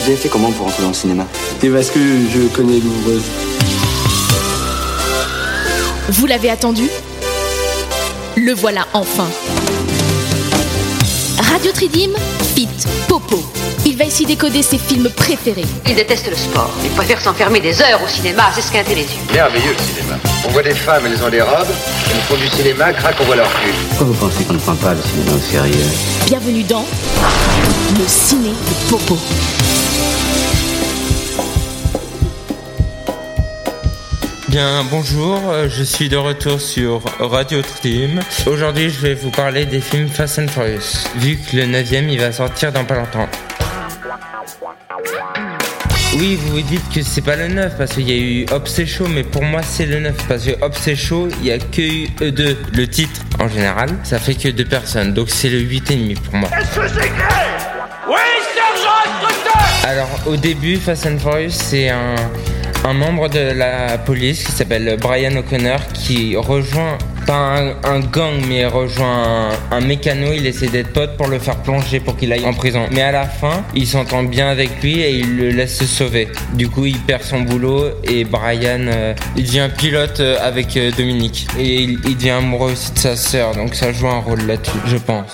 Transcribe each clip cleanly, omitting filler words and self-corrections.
Vous avez fait comment pour entrer dans le cinéma? C'est parce que je connais l'ouvreuse. Vous l'avez attendu? Le voilà enfin. Radio Tridim, Fit Popo. Il va ici décoder ses films préférés. Il déteste le sport. Il préfère s'enfermer des heures au cinéma à s'esquinter les yeux. Merveilleux le cinéma. On voit des femmes, elles ont des robes. Elles font du cinéma, crac, on voit leur cul. Pourquoi vous pensez qu'on ne prend pas le cinéma au sérieux? Bienvenue dans le ciné de Popo. Bien, bonjour, je suis de retour sur Radio Tridim. Aujourd'hui, je vais vous parler des films Fast and Furious, vu que le 9e, il va sortir dans pas longtemps. Oui, vous vous dites que c'est pas le 9 parce qu'il y a eu Hobbs et Shaw, mais pour moi c'est le 9 parce que Hobbs et Shaw, il y a que eu eux deux. Le titre, en général, ça fait que 2 personnes, donc c'est le 8,5 pour moi. Est-ce que c'est clair? Oui, sergent instructeur! Alors, au début, Fast and Furious, c'est un membre de la police qui s'appelle Brian O'Connor qui rejoint, pas un gang, mais rejoint un mécano. Il essaie d'être pote pour le faire plonger pour qu'il aille en prison. Mais à la fin, il s'entend bien avec lui et il le laisse se sauver. Du coup, il perd son boulot et Brian, il devient pilote avec Dominique. Et il devient amoureux aussi de sa sœur, donc ça joue un rôle là-dessus, je pense.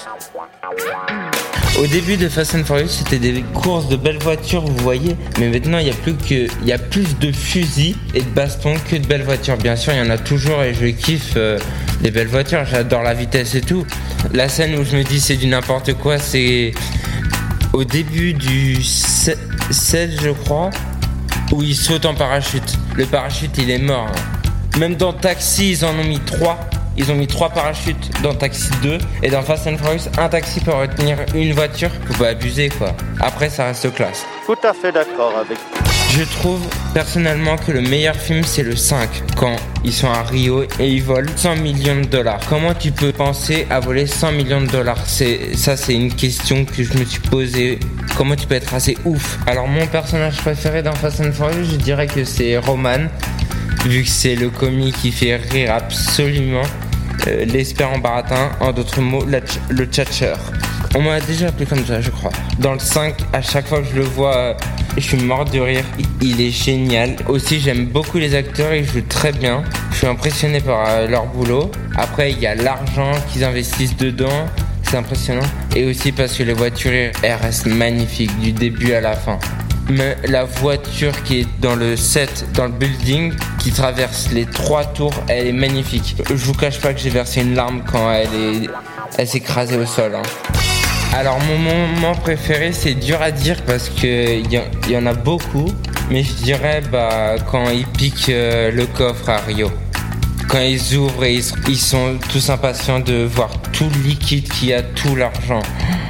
Au début de Fast and Furious, c'était des courses de belles voitures, vous voyez. Mais maintenant, il y a plus de fusils et de bastons que de belles voitures. Bien sûr, il y en a toujours et je kiffe les belles voitures. J'adore la vitesse et tout. La scène où je me dis c'est du n'importe quoi, c'est au début du 16, je crois, où il saute en parachute. Le parachute, il est mort. Même dans Taxi, ils en ont mis 3. Ils ont mis 3 parachutes dans Taxi 2 et dans Fast and Furious, un taxi peut retenir une voiture. Faut pas abuser quoi. Après ça reste classe. Tout à fait d'accord avec vous. Je trouve personnellement que le meilleur film c'est le 5 quand ils sont à Rio et ils volent 100 millions de dollars. Comment tu peux penser à voler 100 millions de dollars? C'est une question que je me suis posée. Comment tu peux être assez ouf? Alors mon personnage préféré dans Fast and Furious, je dirais que c'est Roman, vu que c'est le comique qui fait rire absolument. L'espère en baratin, en d'autres mots, le tchatcheur. On m'a déjà appelé comme ça, je crois. Dans le 5, à chaque fois que je le vois, je suis mort de rire. Il est génial. Aussi, j'aime beaucoup les acteurs, ils jouent très bien. Je suis impressionné par leur boulot. Après, il y a l'argent qu'ils investissent dedans. C'est impressionnant. Et aussi parce que les voitures, elles restent magnifiques du début à la fin. Mais la voiture qui est dans le set, dans le building, qui traverse les 3 tours, elle est magnifique. Je vous cache pas que j'ai versé une larme quand elle s'est écrasée au sol. Hein. Alors mon moment préféré, c'est dur à dire parce que il y en a beaucoup, mais je dirais quand ils piquent le coffre à Rio. Quand ils ouvrent et ils sont tous impatients de voir tout le liquide qu'il y a, tout l'argent.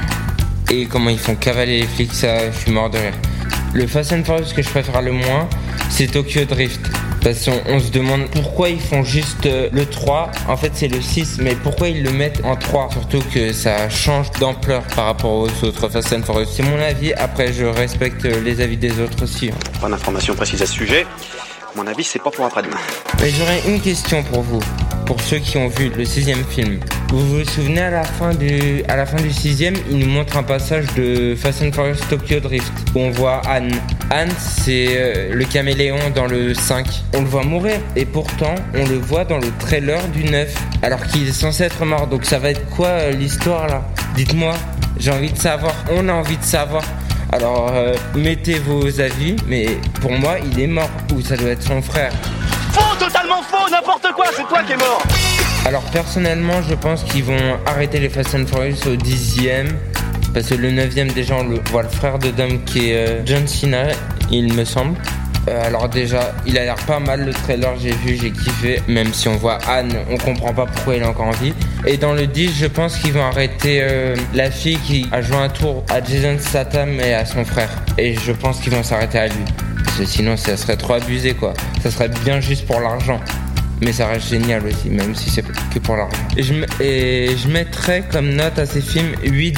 Et comment ils font cavaler les flics, ça, je suis mort de rire. Le Fast and Furious que je préfère le moins, c'est Tokyo Drift. Parce qu'on se demande pourquoi ils font juste le 3. En fait, c'est le 6, mais pourquoi ils le mettent en 3? Surtout que ça change d'ampleur par rapport aux autres Fast and Furious. C'est mon avis. Après, je respecte les avis des autres aussi. Pas d'informations précises à ce sujet. Mon avis, c'est pas pour après-demain. Mais j'aurais une question pour vous. Pour ceux qui ont vu le 6e film. Vous vous souvenez à la fin du 6e, il nous montre un passage de Fast and Furious Tokyo Drift où on voit Anne. Anne, c'est le caméléon dans le 5. On le voit mourir et pourtant on le voit dans le trailer du 9 alors qu'il est censé être mort. Donc ça va être quoi l'histoire là? Dites-moi, j'ai envie de savoir. On a envie de savoir. Alors mettez vos avis, mais pour moi il est mort ou ça doit être son frère. Faux, totalement faux, n'importe quoi, c'est toi qui es mort. Alors personnellement je pense qu'ils vont arrêter les Fast and Furious au 10e parce que le 9e déjà on le voit le frère de Dom qui est John Cena il me semble. Alors déjà il a l'air pas mal le trailer, j'ai kiffé. Même si on voit Anne, on comprend pas pourquoi il est encore en vie. Et dans le 10 je pense qu'ils vont arrêter la fille qui a joué un tour à Jason Statham et à son frère. Et je pense qu'ils vont s'arrêter à lui. Parce que sinon ça serait trop abusé quoi. Ça serait bien juste pour l'argent. Mais ça reste génial aussi, même si c'est que pour l'argent. Et je mettrais comme note à ces films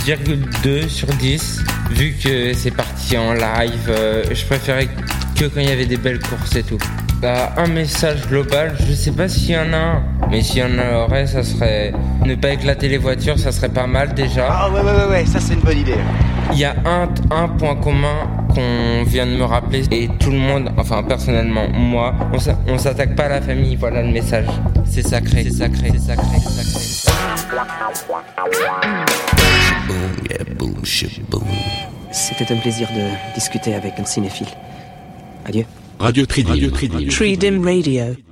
8,2 sur 10. Vu que c'est parti en live, je préférais que quand il y avait des belles courses et tout. Un message global, je sais pas s'il y en a un. Mais s'il y en aurait, ça serait ne pas éclater les voitures, ça serait pas mal déjà. Ah ouais, ça c'est une bonne idée. Il y a un point commun qu'on vient de me rappeler. Et tout le monde, enfin personnellement, moi, on s'attaque pas à la famille. Voilà le message. C'est sacré, c'est sacré, c'est sacré, c'est sacré. C'était un plaisir de discuter avec un cinéphile. Adieu. Radio Tridim. Tridim Radio.